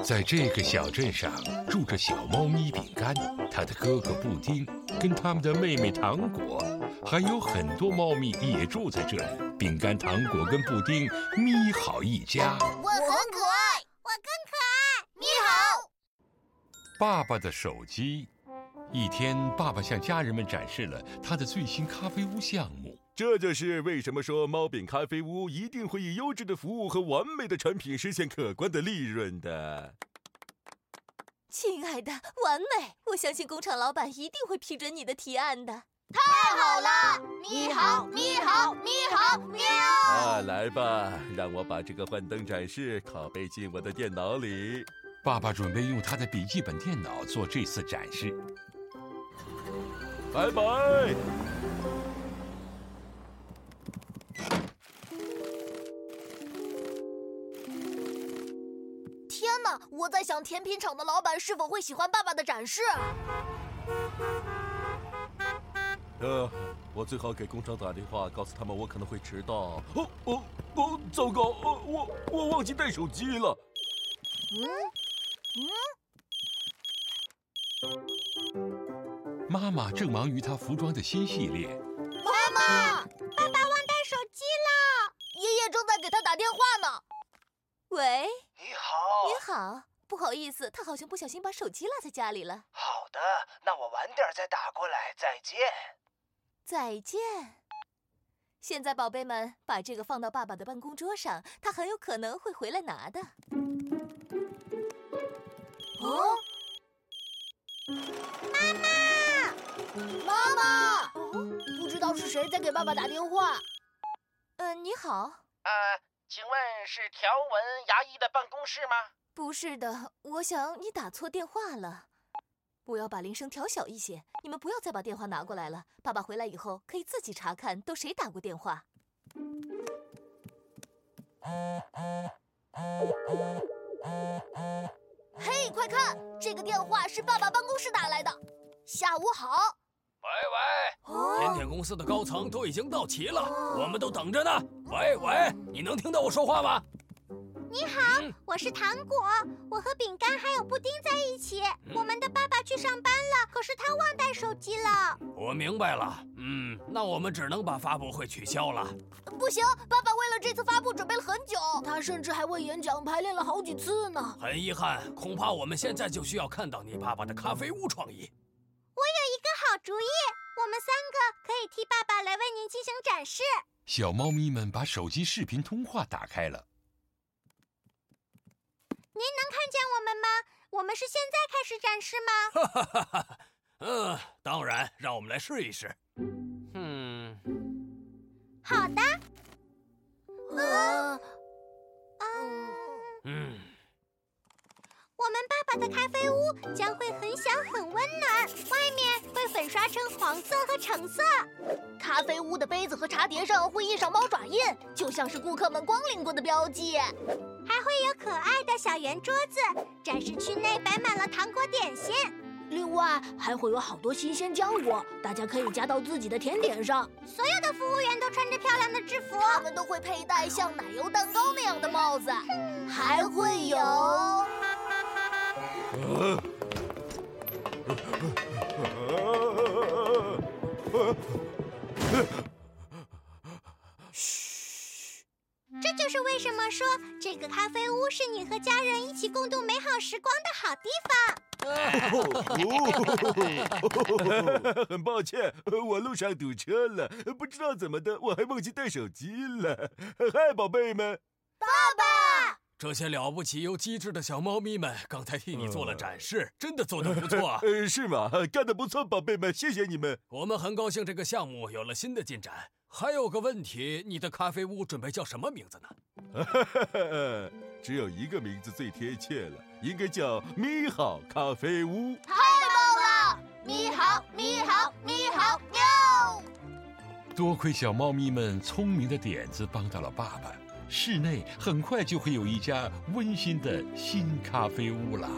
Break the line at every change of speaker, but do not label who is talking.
在这个小镇上住着小猫咪饼干，它的哥哥布丁，跟他们的妹妹糖果，还有很多猫咪也住在这里。饼干、糖果跟布丁咪好一家。
我很可爱，我更可爱，咪好。
爸爸的手机。一天，爸爸向家人们展示了他的最新咖啡屋项目。
这就是为什么说猫饼咖啡屋一定会以优质的服务和完美的产品实现可观的利润的。
亲爱的，完美！我相信工厂老板一定会批准你的提案的。
太好了！咪好，咪好，咪好，喵！
来吧，让我把这个幻灯展示拷贝进我的电脑里。
爸爸准备用他的笔记本电脑做这次展示。
拜拜。
天哪，我在想甜品厂的老板是否会喜欢爸爸的展示。
我最好给工厂打电话，告诉他们我可能会迟到。糟糕，我忘记带手机了。
妈妈正忙于她服装的新系列。
妈妈，爸爸忘带手机了，爷爷正在给他打电话呢。
喂，
你好。
你好，不好意思，他好像不小心把手机落在家里了。
好的，那我晚点再打过来，再见。
再见。现在宝贝们，把这个放到爸爸的办公桌上，他很有可能会回来拿的。
妈妈，不知道是谁在给爸爸打电话。
你好。
请问是条纹牙医的办公室吗？
不是的，我想你打错电话了。我要把铃声调小一些，你们不要再把电话拿过来了。爸爸回来以后可以自己查看都谁打过电话。
嘿，快看，这个电话是爸爸办公室打来的。下午好。
喂，甜点公司的高层都已经到齐了，我们都等着呢。喂，你能听到我说话吗？
你好，我是糖果，我和饼干还有布丁在一起。我们的爸爸去上班了，可是他忘带手机了。
我明白了，那我们只能把发布会取消了。
不行，爸爸为了这次发布准备了很久，他甚至还为演讲排练了好几次呢。
很遗憾，恐怕我们现在就需要看到你爸爸的咖啡屋创意。
我有一个好主意，我们3个可以替爸爸来为您进行展示。
小猫咪们把手机视频通话打开了。
您能看见我们吗？我们是现在开始展示吗？
当然，让我们来试一试。
好的。我们爸爸的咖啡屋将会很小很温暖，外面会粉刷成黄色和橙色。咖啡屋的杯子和茶碟上会印上猫爪印，就像是顾客们光临过的标记。还会有可爱的小圆桌子，展示区内摆满了糖果点心。另外还会有好多新鲜浆果，大家可以加到自己的甜点上。所有的服务员都穿着漂亮的制服，他们都会佩戴像奶油蛋糕那样的帽子，还会有……嘘，这就是为什么说这个咖啡屋是你和家人一起共度美好时光的好地方。
很抱歉，我路上堵车了，不知道怎么的，我还忘记带手机了。嗨，宝贝们！
爸爸！
这些了不起又机智的小猫咪们刚才替你做了展示，真的做得不错啊！
是吗？干得不错，宝贝们，谢谢你们。
我们很高兴这个项目有了新的进展。还有个问题，你的咖啡屋准备叫什么名字呢？
只有一个名字最贴切了，应该叫咪好咖啡屋。
太棒了！咪好，咪好，咪好，喵！
多亏小猫咪们聪明的点子帮到了爸爸，室内很快就会有一家温馨的新咖啡屋了。